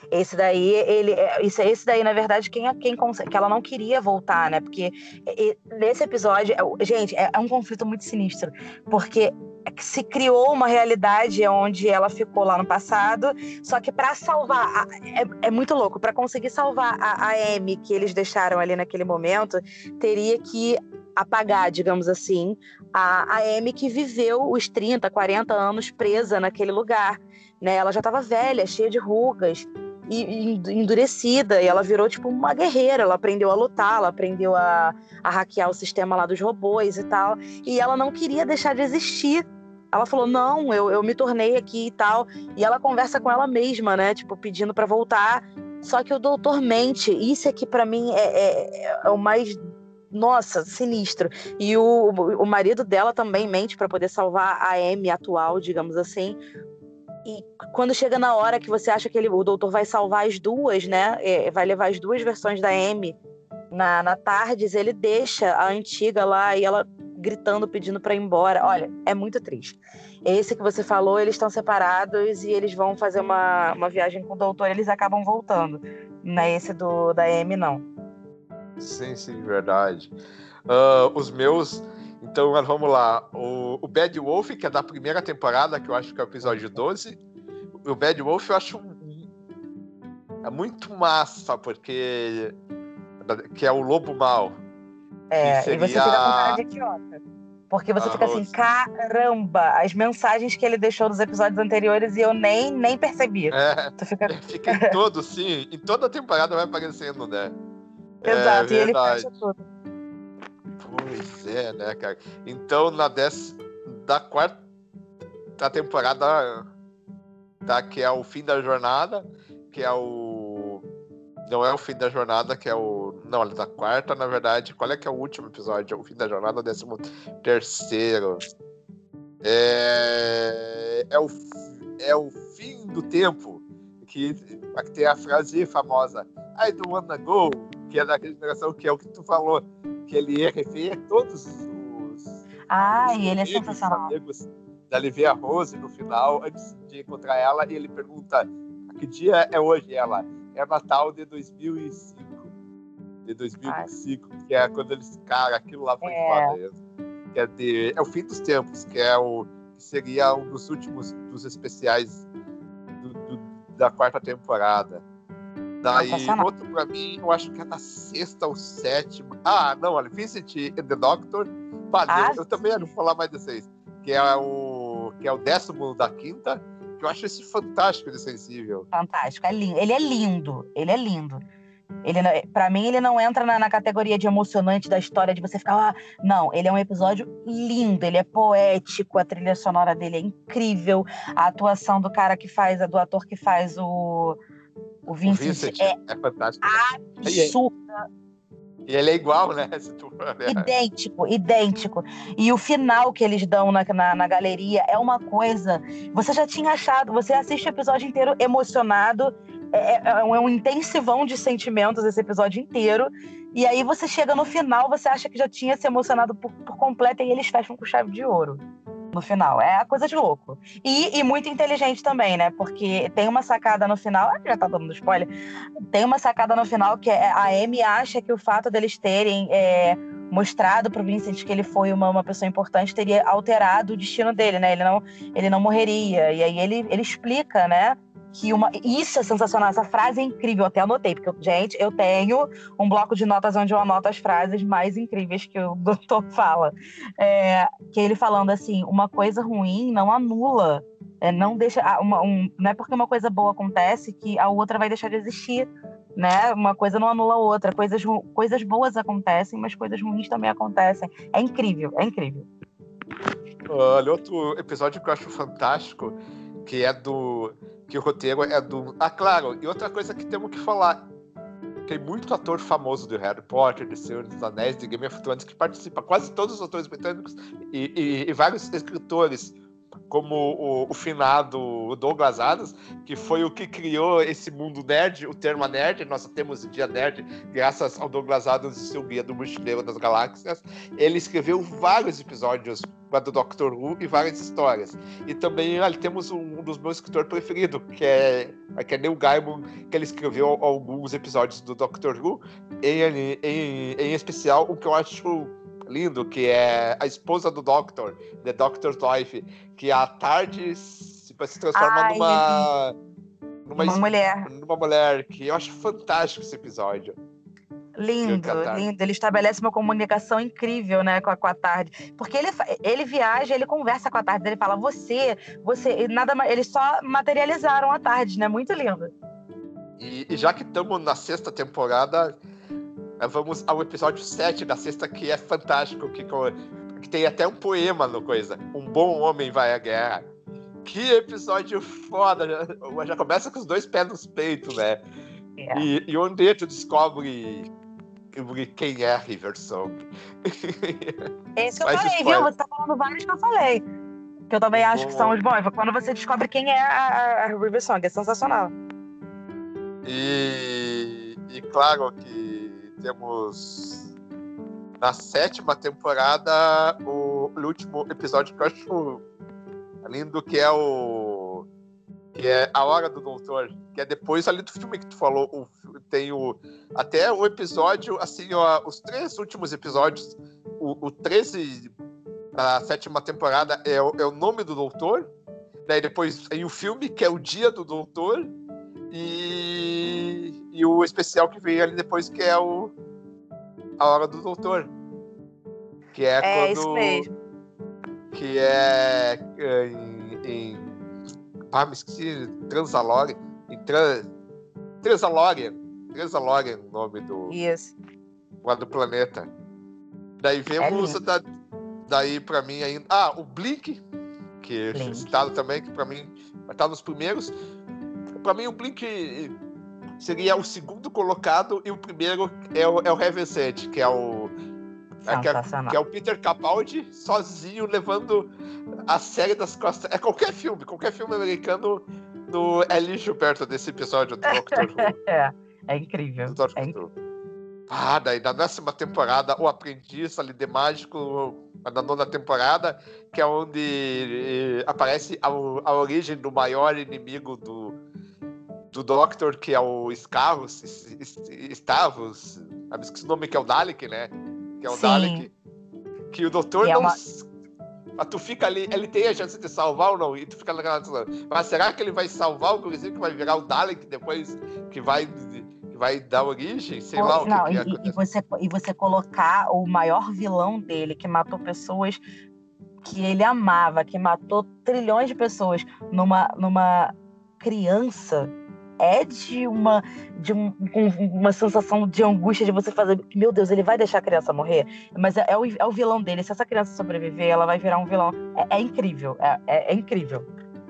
Esse daí, ele, isso, esse daí, na verdade, quem, quem consegue, que ela não queria voltar, né? Porque e, nesse episódio, gente, é, é um conflito muito sinistro, porque se criou uma realidade onde ela ficou lá no passado, só que para salvar, a, é, é muito louco, para conseguir salvar a, a Amy que eles deixaram ali naquele momento, teria que apagar, digamos assim, a, a Amy que viveu os trinta, quarenta anos presa naquele lugar, né? Ela já estava velha, cheia de rugas e, e endurecida, e ela virou tipo uma guerreira, ela aprendeu a lutar, ela aprendeu a, a hackear o sistema lá dos robôs e tal, e ela não queria deixar de existir. Ela falou, não, eu, eu me tornei aqui e tal. E ela conversa com ela mesma, né? Tipo, pedindo pra voltar. Só que o doutor mente. Isso aqui, pra mim, é, é, é o mais... Nossa, sinistro. E o, o marido dela também mente pra poder salvar a Amy atual, digamos assim. E quando chega na hora que você acha que ele, o doutor vai salvar as duas, né? É, vai levar as duas versões da Amy na, na Tardes, ele deixa a antiga lá e ela gritando, pedindo para ir embora. Olha, é muito triste. Esse que você falou, eles estão separados e eles vão fazer uma, uma viagem com o doutor, eles acabam voltando. Não é esse do, da Amy, não. Sim, sim, verdade. Uh, os meus... Então, vamos lá. O, o Bad Wolf, que é da primeira temporada, que eu acho que é o episódio doze. O Bad Wolf eu acho é muito massa, porque... que é o lobo mau. É, seria... e você fica com cara de idiota. Porque você fica assim, caramba, as mensagens que ele deixou nos episódios anteriores e eu nem, nem percebi. É, tu fica... fica em todo, sim. Em toda a temporada vai aparecendo, né? Exato, é e ele fecha tudo. Pois é, né, cara? Então, na décima, da quarta temporada, tá, que é o fim da jornada, que é o... Não é o fim da jornada, que é o... Não, é da quarta, na verdade. Qual é que é o último episódio? É o fim da jornada, o décimo terceiro. É... É o... É o fim do tempo. Que, que tem a frase famosa I don't wanna go, que é daquela geração, que é o que tu falou, que ele ia refer todos os... Ah, os e ele é amigos, sensacional. amigos da Olivia Rose no final, antes de encontrar ela, e ele pergunta que dia é hoje? Ela, é Natal de dois mil e cinco. De dois mil e cinco, Ai. Que é quando eles... Cara, aquilo lá foi é. foda mesmo. Que é, de, é o fim dos tempos, que é o... que seria um dos últimos dos especiais do, do, da quarta temporada. Daí, outro pra mim, eu acho que é na sexta ou sétima. Ah, não, olha, Vincent and the Doctor. Valeu, ah, eu também não vou falar mais desses. Que é o que é o décimo da quinta, que eu acho esse fantástico de sensível. Fantástico, é lindo. Ele é lindo, ele é lindo. Ele, pra mim, ele não entra na, na categoria de emocionante da história, de você ficar... Ah, não, ele é um episódio lindo, ele é poético, a trilha sonora dele é incrível, a atuação do cara que faz, do ator que faz o... O Vincent, o Vincent é, é fantástico. Absurda. E ele é igual, né? Idêntico, idêntico. E o final que eles dão na, na, na galeria é uma coisa... Você já tinha achado... Você assiste o episódio inteiro emocionado. É, é um intensivão de sentimentos esse episódio inteiro. E aí você chega no final, você acha que já tinha se emocionado por, por completo e eles fecham com chave de ouro. No final, é a coisa de louco. E, e muito inteligente também, né? Porque tem uma sacada no final, já tá dando spoiler, tem uma sacada no final que a Amy acha que o fato deles terem é, mostrado pro Vincent que ele foi uma, uma pessoa importante teria alterado o destino dele, né? Ele não, ele não morreria. E aí ele, ele explica, né? Que uma... Isso é sensacional, essa frase é incrível, eu até anotei, porque, gente, eu tenho um bloco de notas onde eu anoto as frases mais incríveis que o doutor fala. É, que ele falando assim, uma coisa ruim não anula, é, não deixa... Uma, um, não é porque uma coisa boa acontece que a outra vai deixar de existir, né? Uma coisa não anula a outra, coisas, coisas boas acontecem, mas coisas ruins também acontecem. É incrível, é incrível. Olha, outro episódio que eu acho fantástico, que é do... que o roteiro é do... Ah, claro, e outra coisa que temos que falar, tem muito ator famoso do Harry Potter, de Senhor dos Anéis, de Game of Thrones, que participa, quase todos os atores britânicos e, e, e vários escritores como o, o finado Douglas Adams, que foi o que criou esse mundo nerd, o termo nerd. Nós temos o dia nerd graças ao Douglas Adams e seu Guia do Mochileiro das Galáxias. Ele escreveu vários episódios do Doctor Who e várias histórias. E também ali temos um, um dos meus escritores preferidos, que é, que é Neil Gaiman, que ele escreveu alguns episódios do Doctor Who, em, em, em especial o que eu acho lindo, que é a esposa do Doctor, The Doctor's Wife, que à tarde se, se transforma Ai, numa, numa uma mulher. Numa mulher, que eu acho fantástico esse episódio. Lindo, lindo. Ele estabelece uma comunicação incrível, né, com a, com a tarde. Porque ele, ele viaja, ele conversa com a tarde, ele fala, você, você, nada mais. Eles só materializaram a tarde, né? Muito lindo. E, e já que estamos na sexta temporada, vamos ao episódio sete da sexta, que é fantástico, que, que tem até um poema no coisa. Um bom homem vai à guerra. Que episódio foda! Já, já começa com os dois pés nos peitos, né? É. E, e onde tu descobre quem é a River Song. Esse que eu Mas falei, viu? Você tá falando vários que eu falei. Que eu também acho bom. que são os bons. Quando você descobre quem é a, a River Song, é sensacional. E, e claro que temos na sétima temporada o, o último episódio que eu acho lindo, que é o que é A Hora do Doutor, que é depois ali do filme que tu falou, o, tem o até o episódio, assim, ó, os três últimos episódios, o, o treze da sétima temporada é o, é o nome do Doutor, daí depois tem o filme, que é o Dia do Doutor, e, e o especial que veio ali depois, que é o A Hora do Doutor, que é, é quando isso mesmo. que é em, em ah, me esqueci, Transalorian, em Trans, Transalorian, Transalorian, o nome do Isso. Lá do planeta. Daí vemos é da, daí pra mim ainda, ah, o Blink, que é citado também, que pra mim vai estar nos primeiros. Pra mim o Blink seria o segundo colocado e o primeiro é o, é o Heaven Sent, que é o É, que, é, que é o Peter Capaldi sozinho levando a série das costas. É qualquer filme, qualquer filme americano no, é lixo perto desse episódio do Doctor Who. É, é incrível. É incrível. Ah, daí na décima temporada, o Aprendiz ali de Mágico, na nona temporada, que é onde aparece a, a origem do maior inimigo do, do Doctor, que é o Stavros, Stavros, esqueci o nome, que é o Dalek, né? Que é o Sim. Dalek, que o doutor é não... Uma... Tu fica ali, ele tem a chance de salvar ou não? E tu fica naquela... Mas será que ele vai salvar o gurizinho que vai virar o Dalek depois que vai, que vai dar origem? Sei Pô, lá o não, que, que e, e, você, e você colocar o maior vilão dele, que matou pessoas que ele amava, que matou trilhões de pessoas, numa, numa criança... é de uma de um, uma sensação de angústia de você fazer, meu Deus, ele vai deixar a criança morrer? Mas é, é, o, é o vilão dele. Se essa criança sobreviver, ela vai virar um vilão. É, é incrível, é, é, é incrível.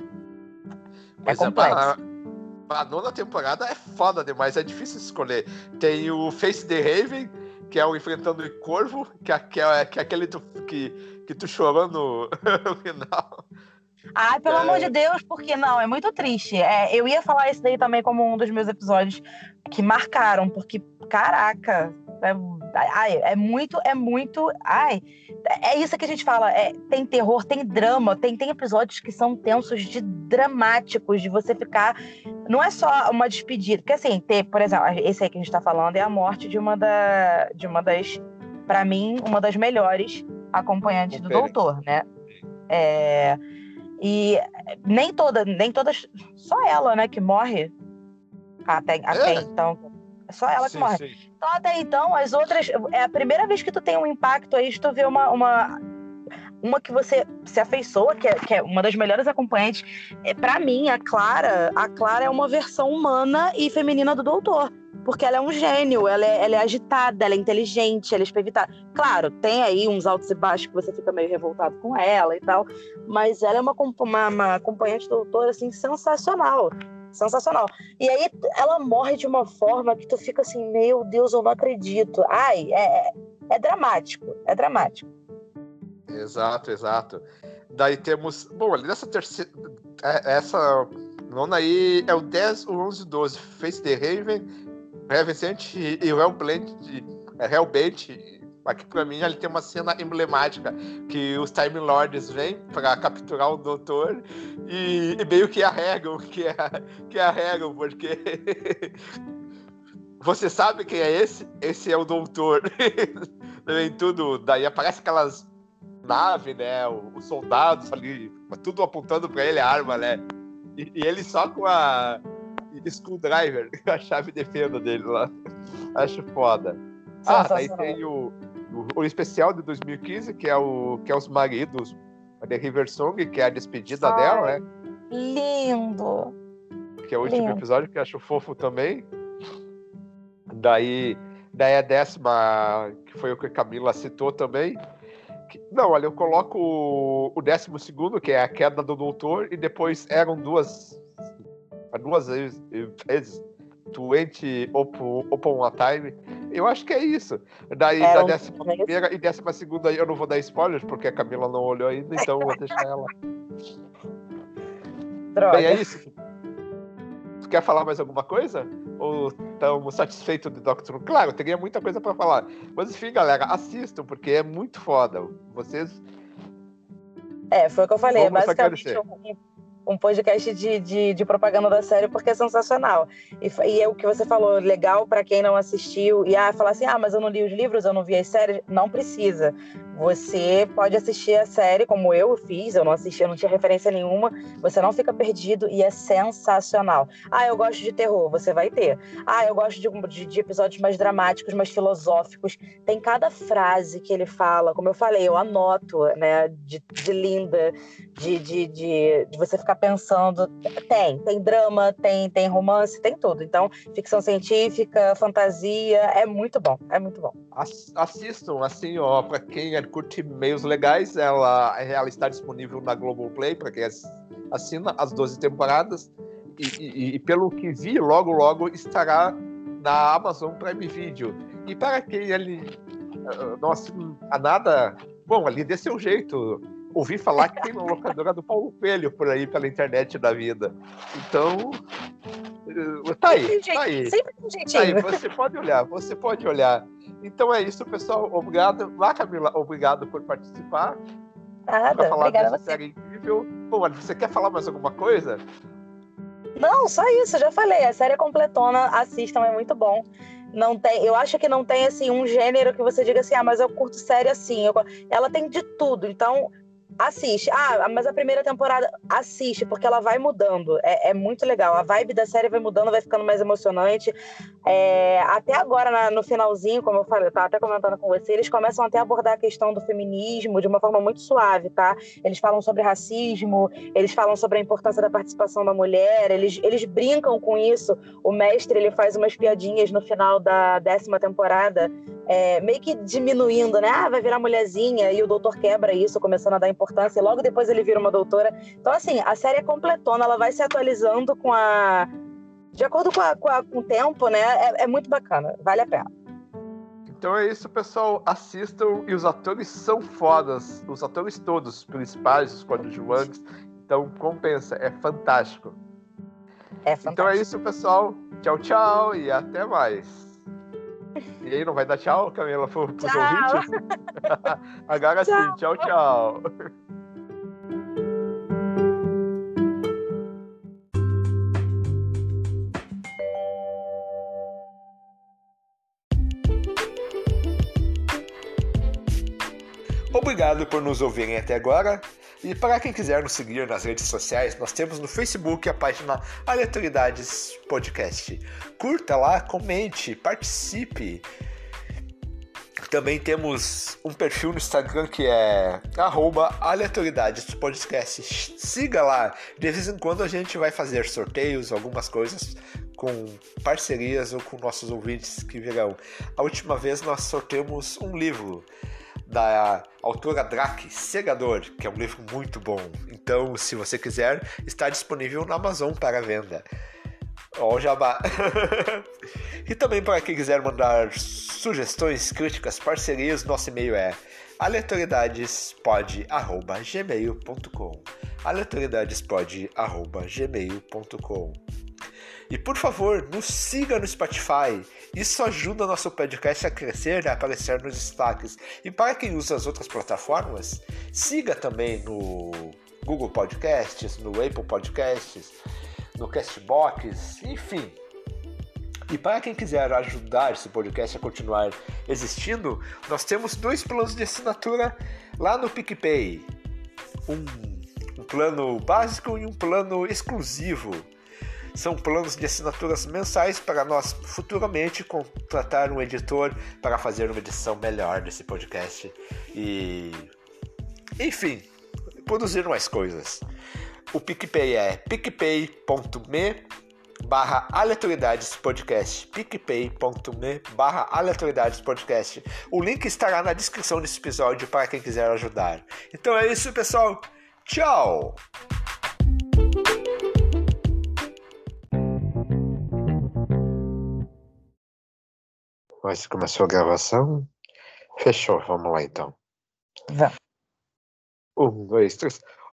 Mas é complexo. É, a, a nona temporada é foda demais, é difícil escolher. Tem o Face the Raven, que é o Enfrentando o Corvo, que é, que é, que é aquele tu, que, que tu chorou no, no final. Ai, pelo é... amor de Deus, porque não? É muito triste. É, eu ia falar isso daí também como um dos meus episódios que marcaram, porque, caraca, é, ai, é muito, é muito... Ai, é isso que a gente fala, é, tem terror, tem drama, tem, tem episódios que são tensos, de dramáticos, de você ficar... Não é só uma despedida, porque assim, ter, por exemplo, esse aí que a gente tá falando é a morte de uma, da, de uma das, pra mim, uma das melhores acompanhantes do Doutor, né? É... E nem toda, nem todas, só ela, né, que morre até, até é. então. É só ela sim, que morre. Sim. Então, até então, as outras. É a primeira vez que tu tem um impacto aí, de tu ver uma, uma, uma que você se afeiçoa, que é, que é uma das melhores acompanhantes. É, pra mim, a Clara, a Clara é uma versão humana e feminina do Doutor. Porque ela é um gênio, ela é, ela é agitada, ela é inteligente, ela é espevitada. Claro, tem aí uns altos e baixos que você fica meio revoltado com ela e tal, mas ela é uma, uma, uma acompanhante do Doutor, assim, sensacional. Sensacional. E aí ela morre de uma forma que tu fica assim, meu Deus, eu não acredito. Ai, é, é dramático, é dramático. Exato, exato. Daí temos... Bom, ali nessa terceira... Essa nona aí é o dez, o onze, o doze. Face the Raven, Revenant e Hellblade. Hellbait. Aqui pra mim ele tem uma cena emblemática que os Time Lords vêm pra capturar o doutor e, e meio que arregam, que, é, que arregam, porque você sabe quem é esse? Esse é o doutor. Também tudo, daí aparece aquelas naves, né, os soldados ali, tudo apontando pra ele a arma, né, e, e ele só com a screwdriver, a chave de fenda dele lá. Acho foda. Ah, daí tem o O, o especial de dois mil e quinze, que é, o, que é os maridos da River Song, que é a despedida Ai, dela, né? Lindo! Que é o último lindo. episódio, que eu acho fofo também. Daí, daí a décima, que foi o que a Camila citou também. Que, não, olha, eu coloco o, o décimo segundo, que é a queda do doutor, e depois eram duas, duas vezes, vinte Upon a Time. Eu acho que é isso. Daí, é, da décima primeira e décima segunda eu não vou dar spoilers, porque a Camila não olhou ainda, então eu vou deixar ela. Droga. Bem, é isso. Tu quer falar mais alguma coisa? Ou estamos satisfeitos de Doctor Who? Claro, eu teria muita coisa pra falar. Mas enfim, galera, assistam, porque é muito foda. Vocês... É, foi o que eu falei. É basicamente um, um podcast de, de, de propaganda da série, porque é sensacional. E, e é o que você falou, legal pra quem não assistiu. E ah, falar assim, ah, mas eu não li os livros, eu não vi as séries. Não precisa. Você pode assistir a série, como eu fiz, eu não assisti, eu não tinha referência nenhuma, você não fica perdido e é sensacional. Ah, eu gosto de terror, você vai ter. Ah, eu gosto de, de, de episódios mais dramáticos, mais filosóficos. Tem cada frase que ele fala, como eu falei, eu anoto, né, de, de linda, de, de, de, de você ficar pensando. Tem, tem drama, tem, tem romance, tem tudo. Então, ficção científica, fantasia, é muito bom, é muito bom. Assistam, assim, ó, pra quem é curte meios legais, ela, ela está disponível na Globoplay, para quem assina as doze temporadas, e, e, e pelo que vi, logo, logo estará na Amazon Prime Video. E para quem ali não assina a nada, bom, ali dê seu jeito. Ouvi falar que tem uma locadora do Paulo Coelho por aí, pela internet da vida. Então, tá aí, tá aí. Sempre tem um jeitinho. Tá aí, você pode olhar, você pode olhar. Então é isso, pessoal. Obrigado. Lá, Camila, obrigado por participar. Nada, pra falar obrigada dessa série incrível. Bom, você quer falar mais alguma coisa? Não, só isso, já falei. A série é completona, assistam, é muito bom. Não tem, eu acho que não tem assim um gênero que você diga assim, ah, mas eu curto série assim. Eu, ela tem de tudo, então assiste. Ah, mas a primeira temporada, assiste, porque ela vai mudando. É, é muito legal. A vibe da série vai mudando, vai ficando mais emocionante. É, até agora, na, no finalzinho, como eu falei, eu tava até comentando com você, eles começam até a abordar a questão do feminismo de uma forma muito suave, tá? Eles falam sobre racismo, eles falam sobre a importância da participação da mulher, eles, eles brincam com isso. O mestre, ele faz umas piadinhas no final da décima temporada, é, meio que diminuindo, né? Ah, vai virar mulherzinha, e o doutor quebra isso, começando a dar importância, e logo depois ele vira uma doutora. Então, assim, a série é completona, ela vai se atualizando com a... de acordo com, a, com, a, com o tempo, né? É, é muito bacana, vale a pena. Então é isso, pessoal. Assistam, e os atores são fodas. Os atores todos, principais, os coadjuvantes. Então compensa, é fantástico. É fantástico. Então é isso, pessoal. Tchau, tchau e até mais. E aí, não vai dar tchau, Camila, para os ouvintes? Agora tchau. Sim, tchau, tchau. Obrigado por nos ouvirem até agora. E para quem quiser nos seguir nas redes sociais, nós temos no Facebook a página Aleatoriedades Podcast. Curta lá, comente, participe. Também temos um perfil no Instagram que é arroba Aleatoriedades Podcast. Siga lá. De vez em quando a gente vai fazer sorteios, algumas coisas com parcerias ou com nossos ouvintes que virão. A última vez nós sorteamos um livro da autora Drake, Segador, que é um livro muito bom. Então, se você quiser, está disponível na Amazon para venda. Ó, o jabá. E também para quem quiser mandar sugestões, críticas, parcerias, nosso e-mail é aleatoriedadespod arroba gmail ponto com aleatoriedadespod arroba gmail ponto com. E por favor, nos siga no Spotify. Isso ajuda o nosso podcast a crescer e a aparecer nos destaques. E para quem usa as outras plataformas, siga também no Google Podcasts, no Apple Podcasts, no Castbox, enfim. E para quem quiser ajudar esse podcast a continuar existindo, nós temos dois planos de assinatura lá no PicPay. Um, um plano básico e um plano exclusivo. São planos de assinaturas mensais para nós futuramente contratar um editor para fazer uma edição melhor desse podcast. E, enfim, produzir mais coisas. O PicPay é picpay.me barra aleatoridadespodcast, picpay.me barra aleatoridadespodcast. O link estará na descrição desse episódio para quem quiser ajudar. Então é isso, pessoal. Tchau! Mas começou a gravação? Fechou, vamos lá então. Vamos. Um, dois, três.